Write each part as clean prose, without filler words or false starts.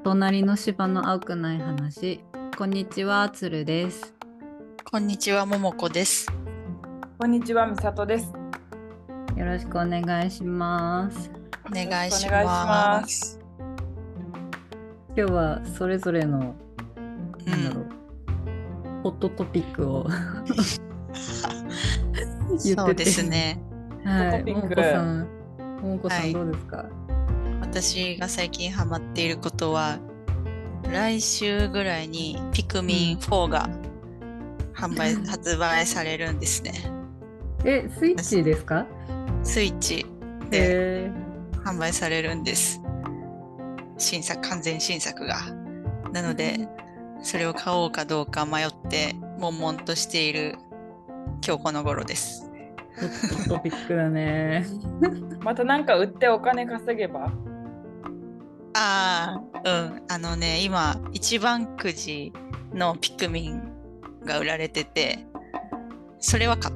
隣の芝の青くない話。こんにちは、つるです。 こんにちは、ももこです。 こんにちは、みさとです。 よろしくお願いします。 お願いします。 今日はそれぞれの、ホットトピックを言ってて。 そうですね。 はい、ももこさんどうですか？ 私が最近ハマっていることは、来週ぐらいにピクミン4が発売されるんですね。 スイッチですか？ スイッチで販売されるんです。完全新作が。なので、それを買おうかどうか迷って悶々としている今日この頃です。 ホットトピックだね。 またなんか売ってお金稼げば？ 今一番くじのピクミンが売られてて、それは買った。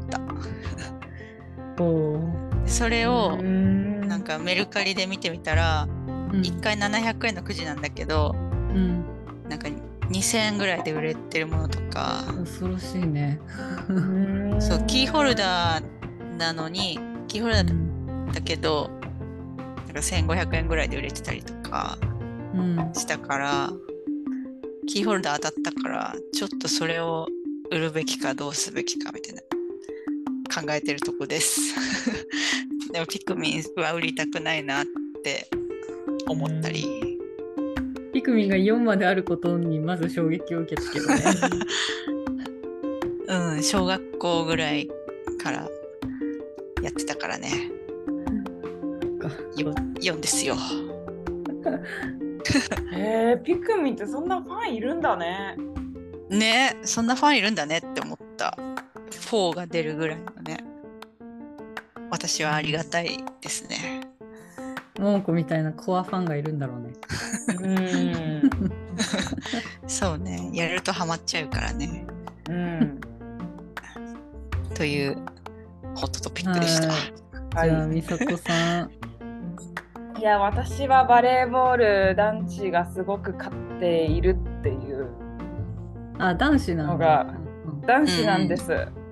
それをなんかメルカリで見てみたら、1回700円のくじなんだけど、なんか2000円ぐらいで売れてるものとか。 恐ろしいね。 そう、キーホルダーなのに、キーホルダーだけど、なんか1500円ぐらいで売れてたりとかしたから、キーホルダー当たったから、ちょっとそれを売るべきかどうすべきかみたいな考えてるとこです。でもピクミンは売りたくないなって思ったり。 ピクミンが4まであることにまず衝撃を受けたけどね。 小学校ぐらいからやってたからね。4ですよ。 ピクミンってそんなファンいるんだね。 ね、そんなファンいるんだねって思った。4が出るぐらいのね。私はありがたいですね。 ももこみたいなコアファンがいるんだろうね。 そうね、やるとハマっちゃうからね。というホットトピックでした。 じゃあみさとさん。 いや、私はバレーボール男子がすごく勝っているっていう男子なのが男子なんです。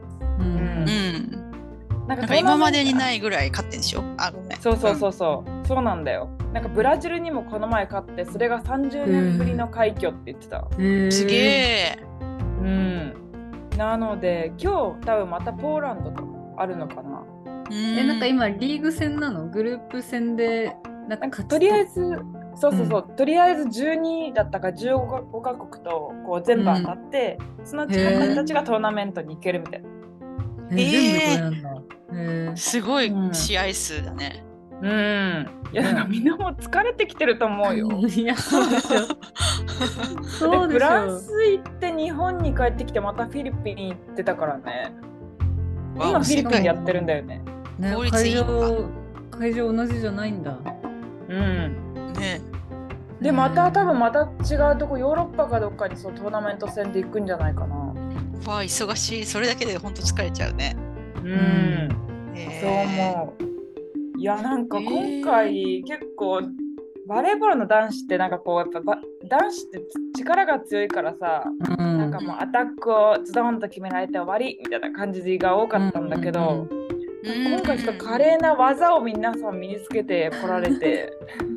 なんか今までにないぐらい勝ってんでしょ？ごめん。 そうなんだよ。なんかブラジルにもこの前勝って、それが30年ぶりの快挙って言ってた。 すげえ。 なので今日多分またポーランドとあるのかな。 なんか今リーグ戦なの？グループ戦でなんかとりあえずとりあえず12だったか15カ国とこう全部当たって、そのうちの人たちがトーナメントに行けるみたいな。 全部これなんだ。 すごい試合数だね。 いや、なんかみんなもう疲れてきてると思うよ。 いや、そうでしょ。そうでしょ。 フランス行って日本に帰ってきてまたフィリピン行ってたからね。今フィリピンでやってるんだよね。 会場同じじゃないんだ。 でまた多分また違うとこ、ヨーロッパかどっかにトーナメント戦で行くんじゃないかな。 忙しい。それだけで本当疲れちゃうね。 そう思う。いや、なんか今回結構バレーボールの男子ってなんかこうやっぱ男子って力が強いからさ、なんかもうアタックをズドンと決められて終わりみたいな感じが多かったんだけど、今回ちょっと華麗な技を皆さん身につけてこられて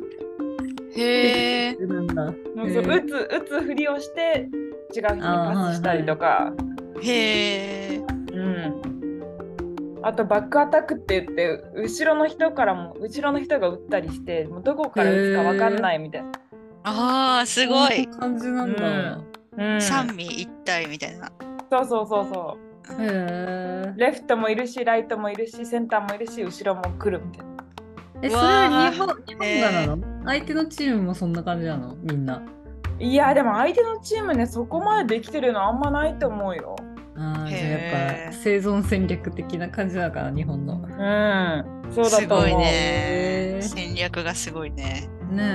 へー。 打つふりをして違う人にパスしたりとか。 へー。 あとバックアタックって言って後ろの人が打ったりして、もうどこから打つか分かんないみたいな。 すごい感じなんだ。 三位一体みたいな。 そう。レフトもいるし、ライトもいるし、センターもいるし、後ろも来るみたいな。 それは日本がなの？相手のチームもそんな感じなの？みんな。 いや、でも相手のチームね、そこまでできてるのあんまないと思うよ。 じゃあやっぱ生存戦略的な感じなのかな、日本の。 そうだと思う。 すごいね。戦略がすごいね。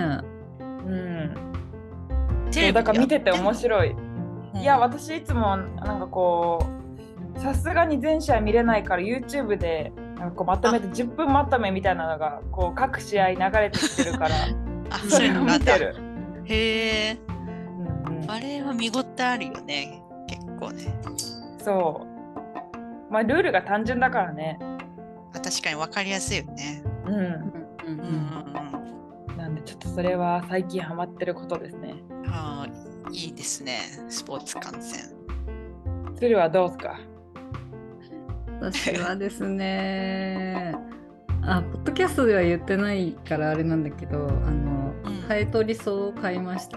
だから見てて面白い。いや、私いつもなんかこうさすがに全試合見れないから YouTube でなんかこうまとめて10分まとめみたいなのがこう各試合流れてきてるからそれを見てる。 へえ、 うんうん、 バレエは見応えあるよね、結構ね。 そう。まあルールが単純だからね。 確かに分かりやすいよね。 うん。 うんうんなんでちょっとそれは最近ハマってることですね。 ああ、いいですね、スポーツ観戦。 鶴はどうすか？ 私はですね、ポッドキャストでは言ってないからあれなんだけど、ハエトリソウを買いました。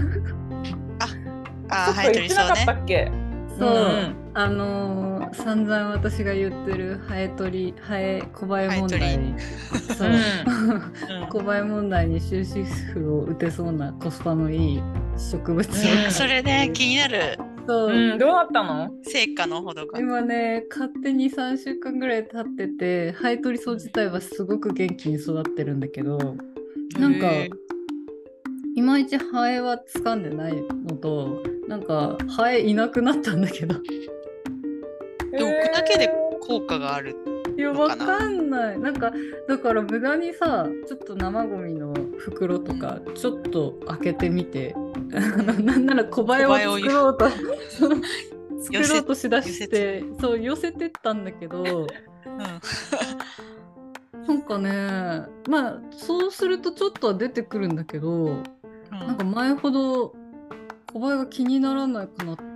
ハエトリソウ言ってなかったね。 っけ？ そう、 うん散々私が言ってるハエ小映問題、そう、小映問題に終止符を打てそうなコスパのいい植物を買って、 それね、気になる。 そう、 どうなったの？ 成果のほどが。 今ね、買って2、3週間ぐらい経ってて、ハエトリソウ自体はすごく元気に育ってるんだけど、なんか、いまいちハエは掴んでないのと、なんかハエいなくなったんだけど。 でも置くだけで効果があるいや、わのかな。 かんない。なんか、だから無駄にさ、ちょっと生ゴミの袋とか、ちょっと開けてみて、なんなら小映を作ろうと、作ろうとしだして、そう、寄せてったんだけど、なんかね、まあ、そうするとちょっとは出てくるんだけど、なんか前ほど小映が気にならなくなって、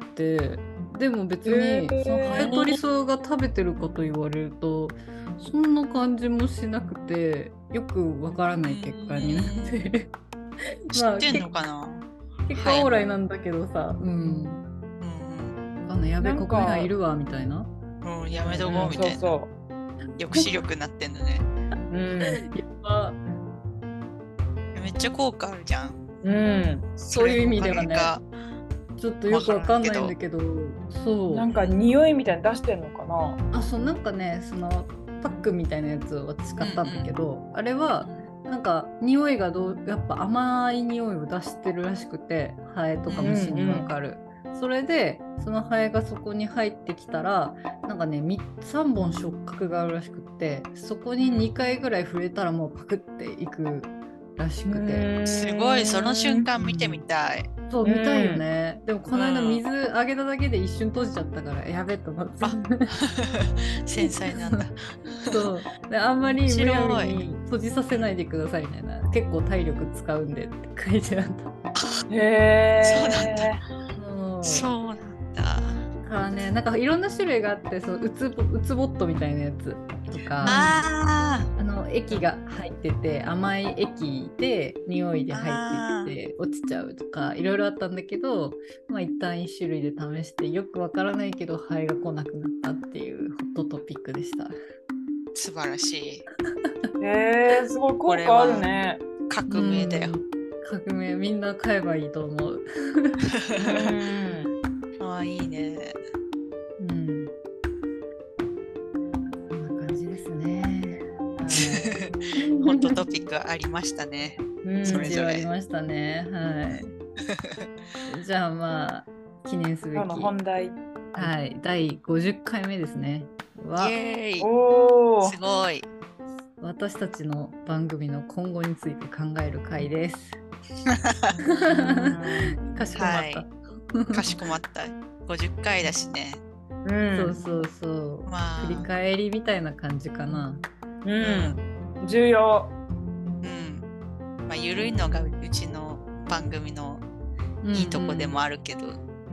でも別にそのハエトリソウが食べてるかと言われるとそんな感じもしなくて、よくわからない結果になって知ってんのかな。 結果オーライなんだけどさ、やべ、ここにはいるわみたいな、 やめとこうみたいな、抑止力になってんのね。 やば、 めっちゃ効果あるじゃん。 そういう意味ではね、ちょっとよくわかんないんだけど、そう。 なんか匂いみたいに出してんのかな？ そう、なんかね、そのパックみたいなやつを私買ったんだけど、あれはなんか匂いがやっぱ甘い匂いを出してるらしくて、ハエとか虫にわかる。それでそのハエがそこに入ってきたら、なんかね3本触覚があるらしくって、そこに2回ぐらい触れたらもうパクっていくらしくて、 すごい、その瞬間見てみたい。 そう、見たいよね。でもこの間水あげただけで一瞬閉じちゃったから、やべえと思って。 繊細なんだ。 そうで、あんまりむやみに閉じさせないでくださいみたいな、結構体力使うんでって書いてあった。 へえ、 そうなんだ。そうなんだ。 からね、なんかいろんな種類があって、そううつボットみたいなやつとか、液が入ってて甘い液で匂いで入ってきて落ちちゃうとかいろいろあったんだけど、まあ一旦1種類で試して、よくわからないけどハエが来なくなったっていうホットトピックでした。 素晴らしい。 すごい効果あるね。 革命だよ。 革命、みんな買えばいいと思う。 いいね。 こんな感じですね。 ホットトピックありましたね。それぞれありましたね。はい。じゃあまあ記念すべき今日の本題、 はい、第50回目ですね。 イエーイ。 おー、 すごい。 私たちの番組の今後について考える回です。かしこまった。 かしこまった。50回だしね。 そうそうそう。振り返りみたいな感じかな。 重要。 ゆるいのがうちの番組のいいとこでもあるけど、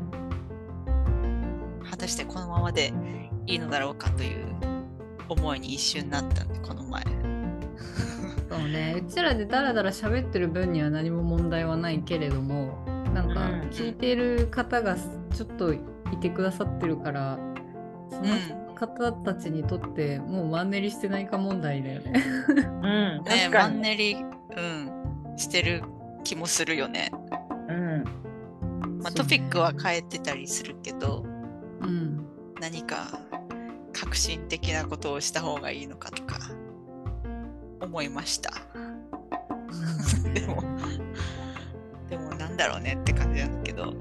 果たしてこのままでいいのだろうかという思いに一瞬なったんで、この前。 そうね、うちらでダラダラ喋ってる分には何も問題はないけれども、なんか聞いてる方がちょっといてくださってるから、その方たちにとってもうマンネリしてないか問題だよね。 ね、マンネリ、してる気もするよね。トピックは変えてたりするけど、何か革新的なことをした方がいいのかとか思いました。でもなんだろうねって感じなんだけど。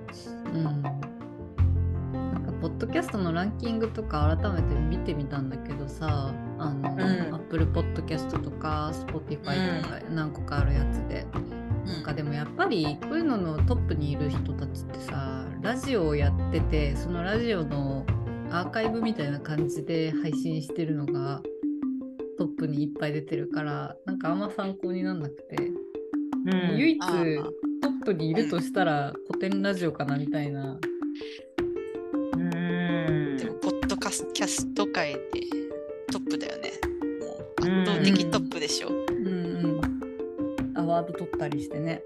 なんかポッドキャストのランキングとか改めて見てみたんだけどさ、Apple Podcast とか Spotify とか何個かあるやつで、 なんかでもやっぱりこういうののトップにいる人たちってさ、ラジオをやってて、そのラジオのアーカイブみたいな感じで配信してるのがトップにいっぱい出てるから、なんかあんま参考になんなくて、唯一トップにいるとしたら古典ラジオかなみたいな。 でもポッドキャスト界でトップだよね。もう圧倒的トップでしょ。 アワード取ったりしてね。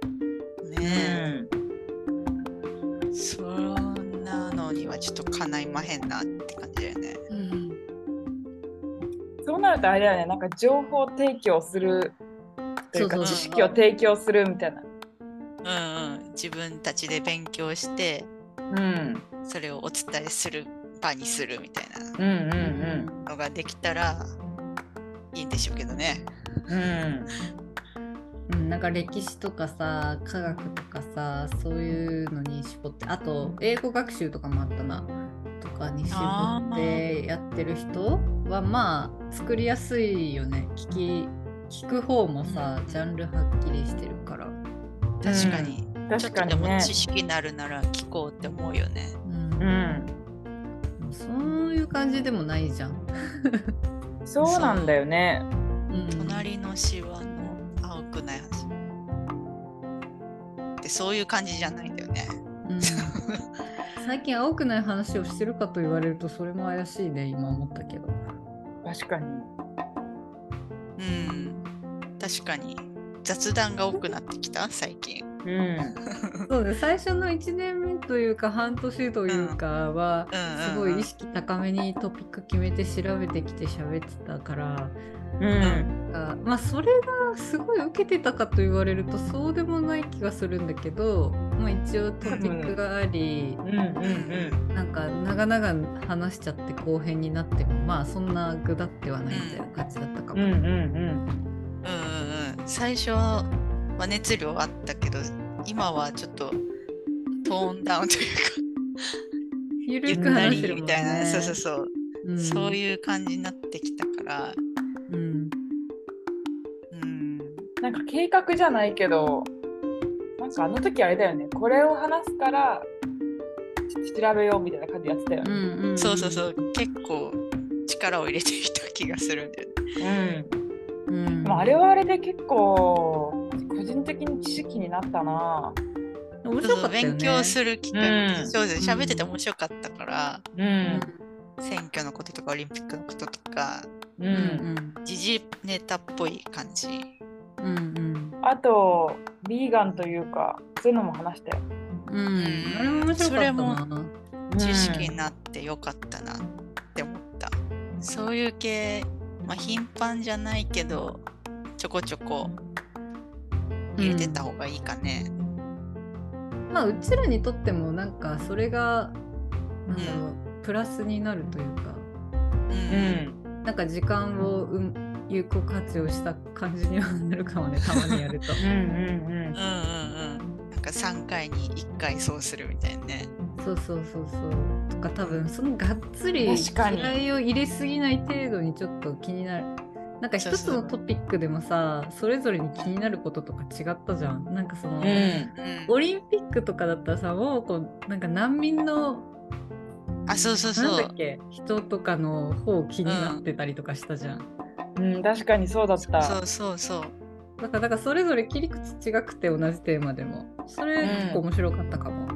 そんなのにはちょっとかないまへんなって感じだよね。 そうなるとあれだよね、なんか情報提供するというか知識を提供するみたいな。 自分たちで勉強して、それをお伝えする場にするみたいなのができたらいいんでしょうけどね。 なんか歴史とかさ、科学とかさ、そういうのに絞って、あと英語学習とかもあったなとかに絞ってやってる人はまあ作りやすいよね。聞く方もさ、ジャンルはっきりしてるから。 確かに、ちょっとでもね、 知識になるなら聞こうって思うよね。 そういう感じでもないじゃん。 そうなんだよね。 隣のシワの青くない話ってそういう感じじゃないんだよね。 最近青くない話をしてるかと言われるとそれも怪しいね、今思ったけど。 確かに。 確かに雑談が多くなってきた最近。 そうで、最初の1年目というか半年というかはすごい意識高めにトピック決めて調べてきて喋ってたから、まあそれがすごい受けてたかと言われるとそうでもない気がするんだけど、まあ、一応トピックがあり、なんか長々話しちゃって後編になってもまあそんなぐだってはないみたいな感じだったかも。 最初は熱量あったけど今はちょっとトーンダウンというかゆるく話してるもんね。 みたいな、そういう感じになってきたから、 なんか計画じゃないけど、なんかあの時あれだよね、これを話すから調べようみたいな感じでやってたよね。 そう結構力を入れてきた気がするんだよね。 まあ、あれはあれで結構個人的に知識になったな。 面白かったよね。 勉強する機会も喋ってて面白かったから、選挙のこととかオリンピックのこととか、時事ネタっぽい感じ。 あとビーガンというかそういうのも話したよ。 あれも面白かったな。 それも知識になってよかったなって思った。そういう系、まあ、頻繁じゃないけどちょこちょこ入れてた方がいいかね。 まあうちらにとってもなんかそれがなんだろう、プラスになるというか、なんか時間を有効活用した感じにはなるかもね、たまにやると。 なんか3回に1回そうするみたいなね。 そうとか、多分そのがっつり気合を入れすぎない程度にちょっと気になる。なんか一つのトピックでもさ、それぞれに気になることとか違ったじゃん。なんかその、オリンピックとかだったらさ、もうこうなんか難民のなんだっけ、人とかの方気になってたりとかしたじゃん。 確かにそうだった。 そうだからそれぞれ切り口違くて同じテーマでもそれ結構面白かったかも。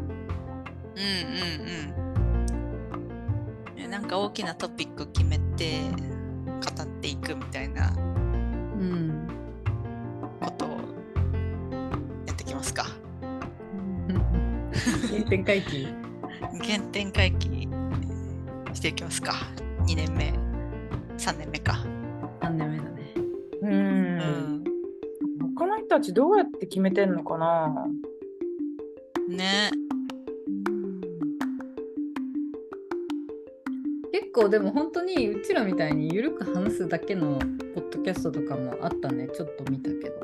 なんか大きなトピック決めて語っていくみたいなことをやってきますか。 原点回帰していきますか。2年目3年目か。 3年目だね。 他の人たちどうやって決めてんのかなね。 結構でも本当にうちらみたいにゆるく話すだけのポッドキャストとかもあったね。ちょっと見たけど。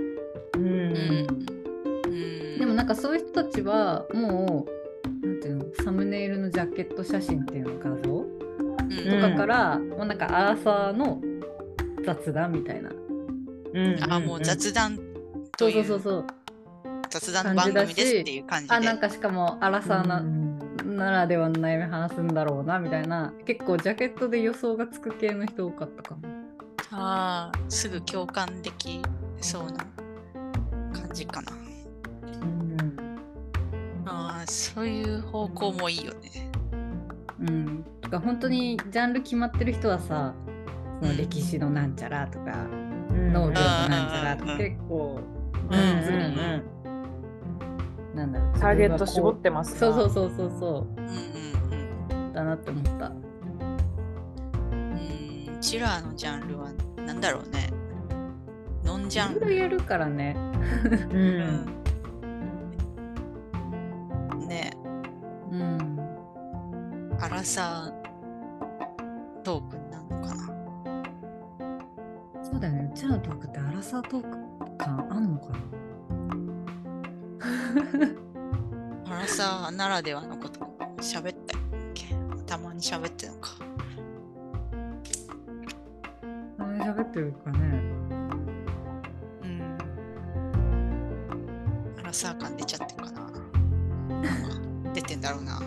でもなんかそういう人たちはもうなんていうの、サムネイルのジャケット写真っていうの画像とかから、もうなんかアーサーの雑談みたいな。 もう雑談という。 そう雑談番組ですっていう感じで。 なんかしかもアラサーならではの悩み話すんだろうなみたいな、結構ジャケットで予想がつく系の人多かったかも。 ああ、すぐ共感できそうな感じかな。ああ、そういう方向もいいよね。 とか本当にジャンル決まってる人はさ、その歴史のなんちゃらとか、農業のなんちゃらとか結構なんだろう、 ターゲット絞ってますか。 そうだなって思った。 うちらのジャンルはなんだろうね。ノンジャンルやるからね。 ね。アラサートークなのかな。 そうだよね。うちらのトークってアラサートーク感あんのかな。 アラサーならではのこと喋ったっけ？たまに喋ってるのか。 喋ってるかね。 アラサー感出ちゃってるかな。出てんだろうな。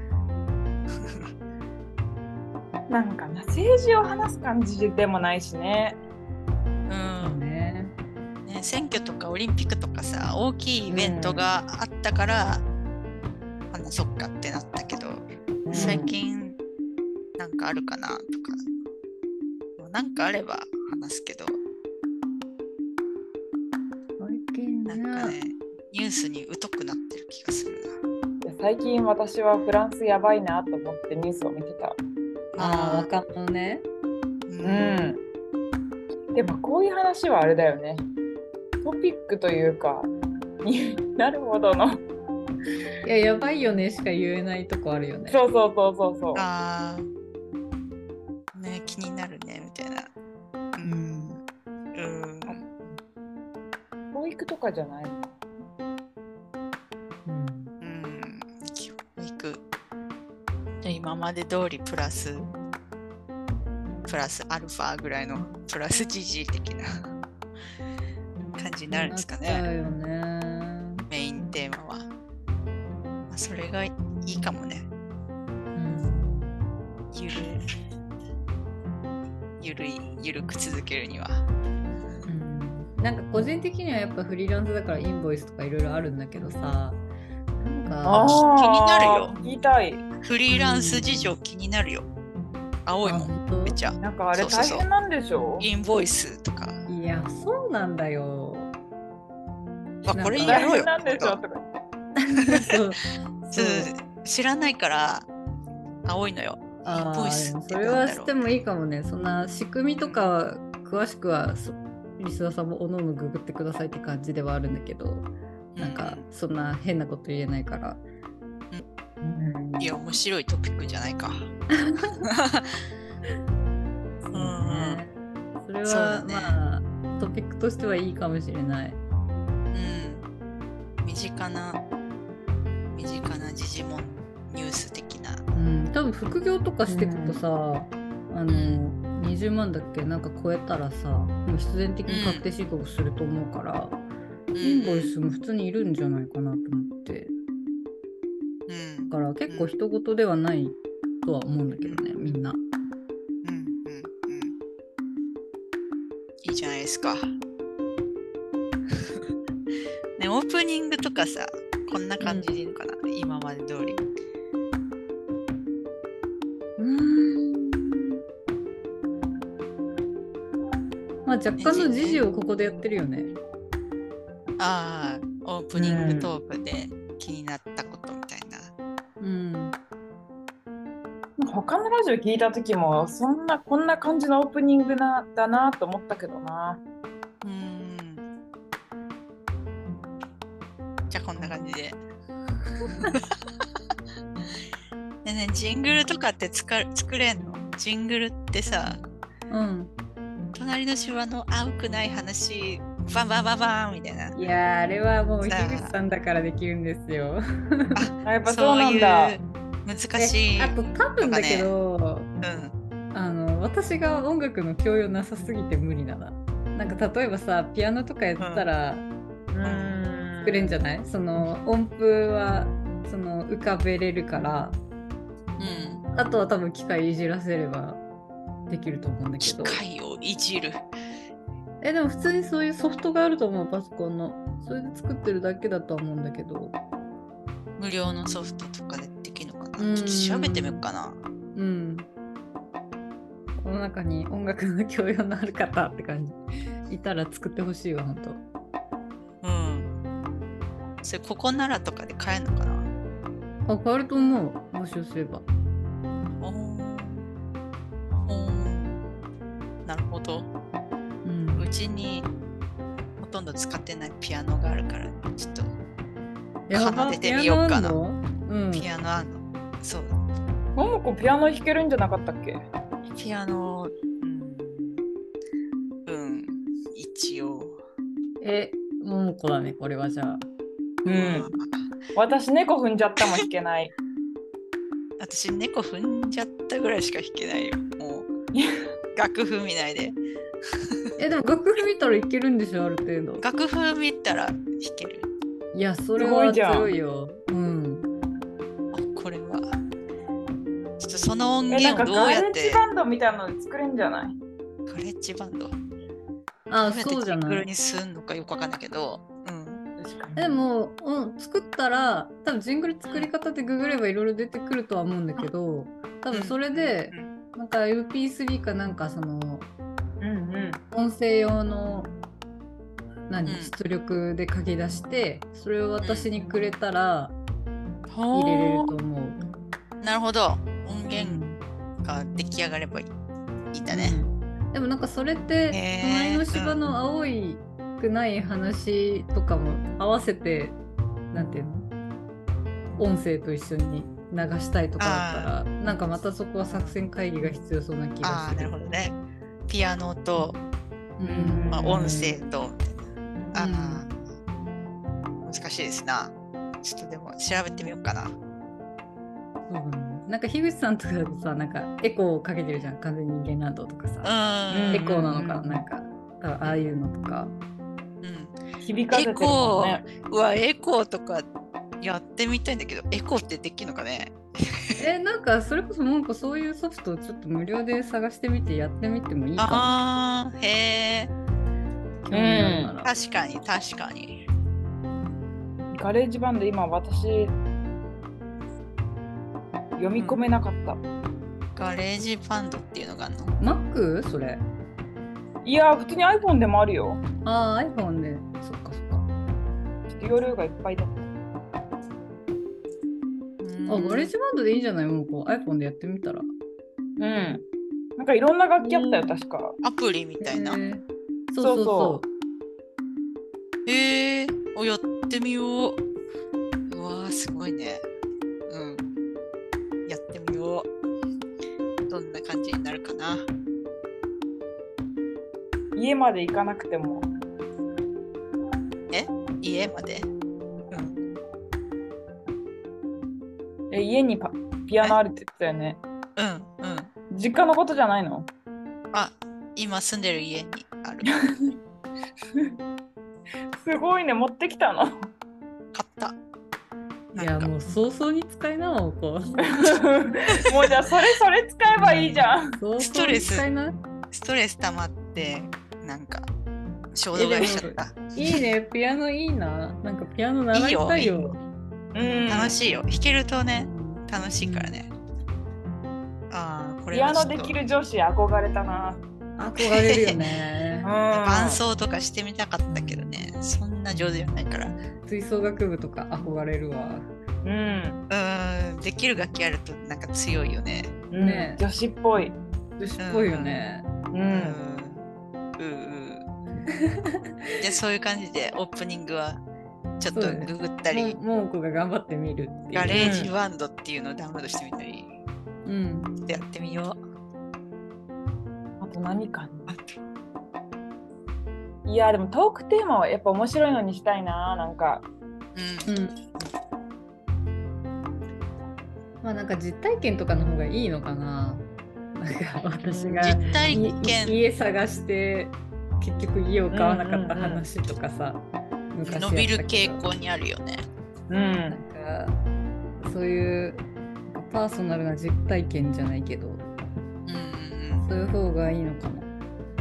なんかな、政治を話す感じでもないしね。 選挙とかオリンピックとかさ、大きいイベントがあったから、そっかってなったけど、最近なんかあるかなとか、なんかあれば話すけど、なんかね、ニュースに疎くなってる気がするな。 最近私はフランスやばいなと思ってニュースを見てた。 若者ね。 でもこういう話はあれだよね。トピックというかになるほどのやばいよねしか言えないとこあるよね。 そうね、気になるねみたいな。 教育とかじゃない？ 教育今まで通りプラスアルファぐらいのプラス GG 的な感じになるんですかね。メインテーマは。それがいいかもね。ゆるく続けるには。 なんか個人的にはやっぱフリーランスだからインボイスとかいろいろあるんだけどさ、なんか気になるよ。 聞きたい。 フリーランス事情気になるよ。青いもん、めっちゃ。 なんかあれ大変なんでしょ？ インボイスとか。 いや、そうなんだよ。 これやろうよ。 なんでしょとか。 知らないから青いのよ。インボイスってそれはしてもいいかもね。そんな仕組みとか詳しくはリスナーさんもおのおのググってくださいって感じではあるんだけど、なんかそんな変なこと言えないから。 いや、面白いトピックじゃないか。 それは、まあトピックとしてはいいかもしれない。 身近な時事問ニュース的な。 多分副業とかしていくとさ、20万だっけなんか超えたらさ、もう必然的に確定申告すると思うから、インボイスも普通にいるんじゃないかなと思って。だから結構人事ではないとは思うんだけどね、みんな。 いいじゃないですか。ね、オープニングとかさ、こんな感じでいいのかな、今まで通り。 まあ若干の時事をここでやってるよね。 オープニングトークで気になったことみたいな。 他のラジオ聞いた時もこんな感じのオープニングだなと思ったけどな。 じゃあこんな感じで。ね、ジングルとかって作れんの？ジングルってさ、隣のシワの青くない話バンバンバンバンみたいな。 いやあれはもう樋口さんだからできるんですよ。 やっぱそうなんだ。 難しい。 あと多分だけど、私が音楽の教養なさすぎて無理だな。なんか例えばさピアノとかやったら、 作れんじゃない？その音符はその浮かべれるから、あとは多分機械いじらせればできると思うんだけど。 機械をいじる。 でも普通にそういうソフトがあると思う、パソコンの。それで作ってるだけだとは思うんだけど。 無料のソフトとかでできるのかな。ちょっと調べてみようかな。 この中に音楽の教養のある方って感じいたら作ってほしいわ、ほんと。 それここならとかで買えるのかな。 買えると思う、募集すれば。 なるほど。うちにほとんど使ってないピアノがあるから、ちょっと奏でてみようかな。ピアノあんの。そう。 ももこピアノ弾けるんじゃなかったっけ？ ピアノ、一応。 ももこだね、これはじゃあ。 私、猫踏んじゃったもん弾けない。 私、猫踏んじゃったぐらいしか弾けないよ。もう、楽譜見ないで。 でも楽譜見たらいけるんでしょ、ある程度。 楽譜見たら弾ける。 いや、それは強いよ。 これは。ちょっとその音源をどうやって。 ガレッジバンドみたいなの作れんじゃない？ ガレッジバンド。 そうじゃない。 ジングルにすんのかよくわかんないけど。 でも、作ったら多分ジングル作り方でググればいろいろ出てくるとは思うんだけど、多分それで、なんか MP3 かなんかその、音声用の出力で書き出して、それを私にくれたら入れれると思う。 なるほど。音源が出来上がればいいんだね。 でもなんかそれって隣の芝の青いくない話とかも合わせて、なんていうの、音声と一緒に流したいとかだったら、なんかまたそこは作戦会議が必要そうな気がする。 なるほどね。ピアノと、音声と、難しいですな。ちょっとでも調べてみようかな。 なんか樋口さんとかだとさ、なんかエコーをかけてるじゃん、完全人間ランドとかさ、エコーなのかなんかああいうのとか、 響かせてるもんね。 エコーとかやってみたいんだけど、エコーってできるのかね。 なんかそれこそなんかそういうソフトをちょっと無料で探してみてやってみてもいいかも。 へえ。確かに確かに。 ガレージバンド今私読み込めなかった。 ガレージバンドっていうのがあるの？ Mac？ それ。 いや普通に iPhone でもあるよ。 iPhone で。そっかそっか。 ちょっと容量がいっぱいだった。 ガレージバンドでいいんじゃない？もうこう iPhone でやってみたら。 なんかいろんな楽器あったよ、確か。 アプリみたいな。 そう。 やってみよう。うわー、すごいね。やってみよう。どんな感じになるかな。 家まで行かなくても。 家まで？ 家にピアノあるって言ってたよね。実家のことじゃないの？ 今住んでる家にある。 すごいね、持ってきたの？買った。 いやもう早々に使いなもうこう。 もうじゃあそれ使えばいいじゃん。 ストレス溜まってなんか衝動買いしちゃった。 いいね、ピアノいいな。なんかピアノ習いたいよ。 楽しいよ。弾けるとね、楽しいからね。これピアノできる女子憧れたな。 憧れるよね。 伴奏とかしてみたかったけどね、そんな上手じゃないから。 吹奏楽部とか憧れるわ。 できる楽器あるとなんか強いよね。 女子っぽい。 女子っぽいよね。 じゃあそういう感じでオープニングはちょっとググったり、 ももこが頑張ってみるっていう。 ガレージバンドっていうのをダウンロードしてみたり、やってみよう。 あと何かいやでもトークテーマはやっぱ面白いのにしたいな。なんかまあなんか実体験とかの方がいいのかな。なんか私が実体験家探して結局家を買わなかった話とかさ、 昔伸びる傾向にあるよね。 なんかそういうパーソナルな実体験じゃないけど、そういう方がいいのかな。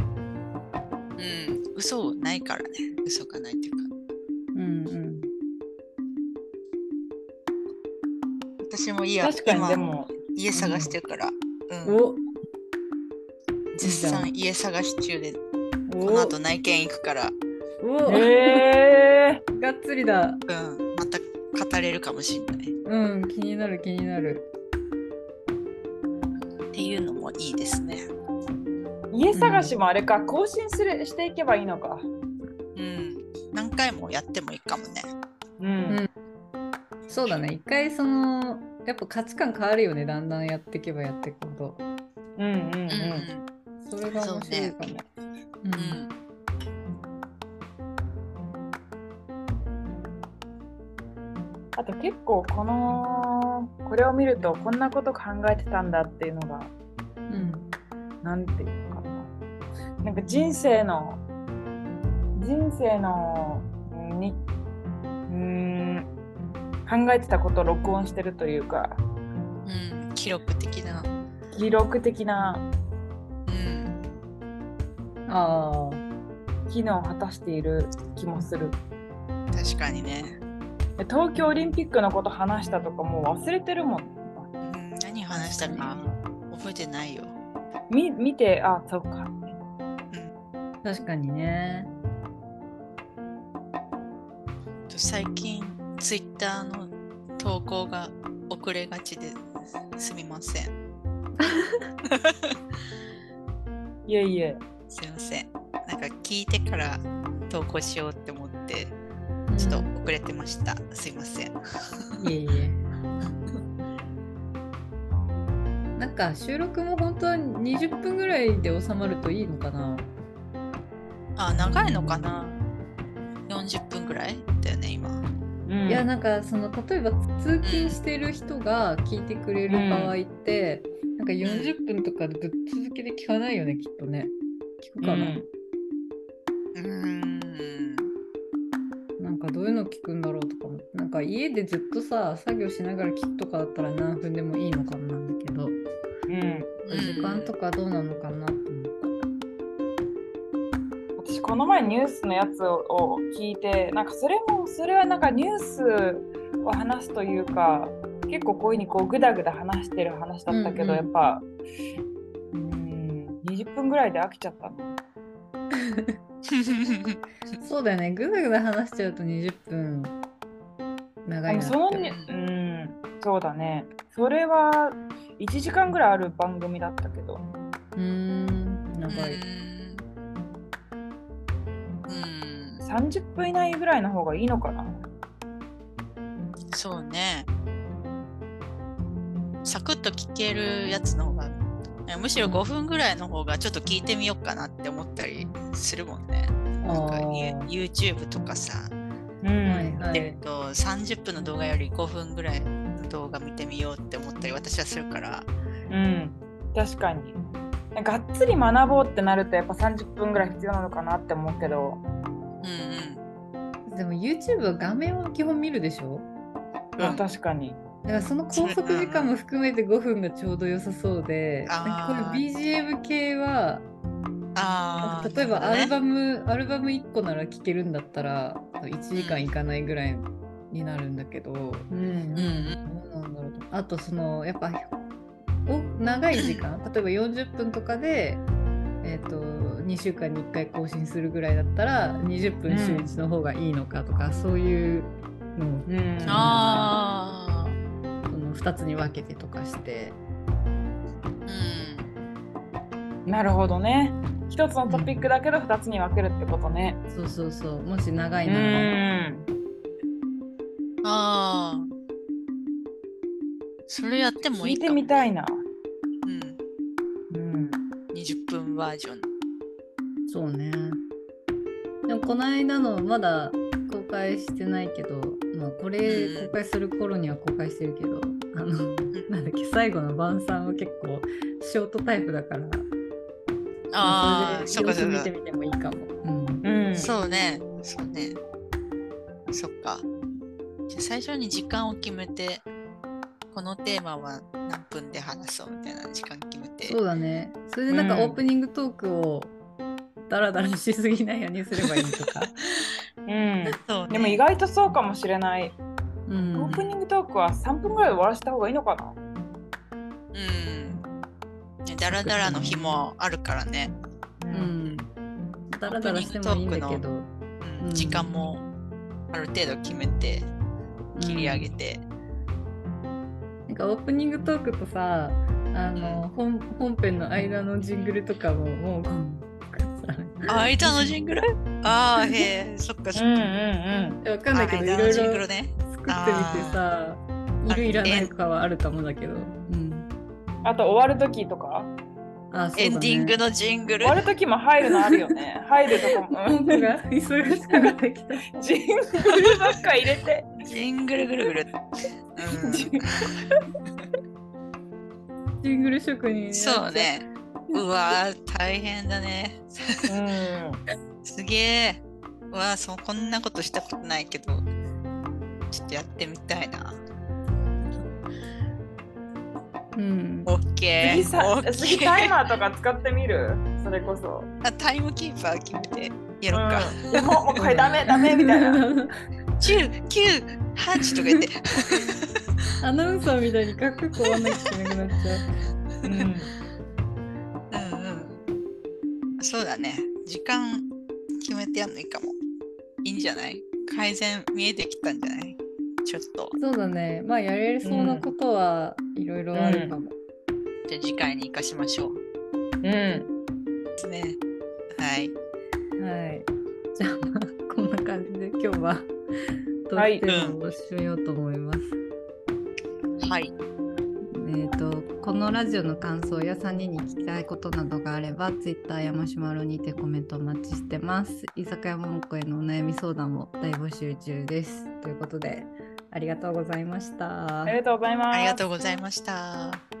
嘘ないからね。嘘がないっていうか。私も確かにでも家探してるから、絶賛家探し中で、この後内見行くから。 がっつりだ。 また語れるかもしれない。 気になる気になる。 っていうのもいいですね。 家探しもあれか、更新していけばいいのか。 何回もやってもいいかもね。そうだね。一回そのやっぱ価値観変わるよね。だんだんやっていけばやっていくほど。それが面白いかも。 あと結構これを見るとこんなこと考えてたんだっていうのが、なんていうかな、なんか人生のに考えてたことを録音してるというか、 記録的な機能を果たしている気もする。 確かにね。 東京オリンピックのこと話したとかもう忘れてるもん。 何話したか覚えてないよ。 見て、そうか。 確かにね。 最近ツイッターの投稿が遅れがちですみません。 いえいえ。 すいません。なんか聞いてから投稿しようって思ってちょっと遅れてました。すいません。 いえいえ。なんか収録も本当は20分ぐらいで収まるといいのかな。 長いのかな。40分ぐらいだよね今。 いやなんかその例えば通勤してる人が聞いてくれる場合って、なんか40分とかでぶっ続けで聞かないよねきっとね。聞くかな。なんかどういうの聞くんだろうとかも、なんか家でずっとさ作業しながら聞くとかだったら何分でもいいのかもなんだけど、時間とかどうなのかなと思った。 私この前ニュースのやつを聞いて、なんかそれはなんかニュースを話すというか、結構こういう風にグダグダ話してる話だったけど、やっぱ20分ぐらいで飽きちゃったの。 そうだよね、ぐだぐだ話しちゃうと20分長いなって。 そうだね。それは1時間ぐらいある番組だったけど。 長い。 30分以内ぐらいの方がいいのかな。 そうね。サクッと聞けるやつの方が、むしろ5分ぐらいの方がちょっと聞いてみようかなって思ったりするもんね。なんか YouTube とかさ、見てると30分の動画より5分ぐらいの動画見てみようって思ったり私はするから。 確かに。がっつり学ぼうってなるとやっぱ30分ぐらい必要なのかなって思うけど。 でも YouTube は画面を基本見るでしょ。 確かに。 だからその拘束時間も含めて5分がちょうど良さそうで、なんかこういう BGM 系は例えばアルバム1個なら聴けるんだったら1時間いかないぐらいになるんだけど、どうなんだろうと。あとそのやっぱ長い時間例えば40分とかで2週間に1回更新するぐらいだったら20分週1の方がいいのかとか、そういうのをその2つに分けてとかして。 なるほどね。一つのトピックだけど2つに分けるってことね。 そうもし長いならそれやってもいいかも。 聞いてみたいな。 20分バージョン。 そうね。でもこの間のまだ公開してないけど、これ公開する頃には公開してるけど、なんだっけ、最後の晩餐は結構ショートタイプだから、それで様子見てみてもいいかも。 そうね。 そっか。じゃあ最初に時間を決めて、このテーマは何分で話そうみたいな時間決めて。 そうだね。それでなんかオープニングトークをダラダラしすぎないようにすればいいとか。 そうね、 でも意外とそうかもしれない。 うん、 オープニングトークは3分ぐらいで終わらせた方がいいのかな。 ダラダラの日もあるからね。 ダラダラしてもいいんだけど、 時間もある程度決めて切り上げて。 なんかオープニングトークとさ、本編の間のジングルとかもう間のジングル？ああ、へえ、そっかそっか。 わかんないけど、いろいろ作ってみてさ、いるいらないとかはあるかもだけど。 あと終わるときとか。 エンディングのジングル。 終わるときも入るのあるよね。入るとかも。 本当が忙しくなってきた。 ジングルばっか入れて。 ジングルぐるぐる。 ジングル職人。 そうね。うわ大変だね。すげえ。うわこんなことしたことないけど、ちょっとやってみたいな。オッケー。 次タイマーとか使ってみる？それこそ。 タイムキーパー決めてやろうか。 でもこれダメみたいな。 10、9、8とか言って。 アナウンサーみたいにかっこよく終わんなきゃいけなくなっちゃう。 そうだね。時間決めてやるのいいかも。いいんじゃない？改善見えてきたんじゃない？ちょっと。 そうだね。まあやれそうなことはいろいろあるかも。 じゃあ次回に生かしましょう。ですね。はい。 じゃあこんな感じで今日はトークテーマを締めようと思います。 はい。 このラジオの感想や3人に聞きたいことなどがあれば Twitter やマシュマロにてコメントお待ちしてます。居酒屋ももこへのお悩み相談も大募集中です。ということでありがとうございました。 ありがとうございます。 ありがとうございました。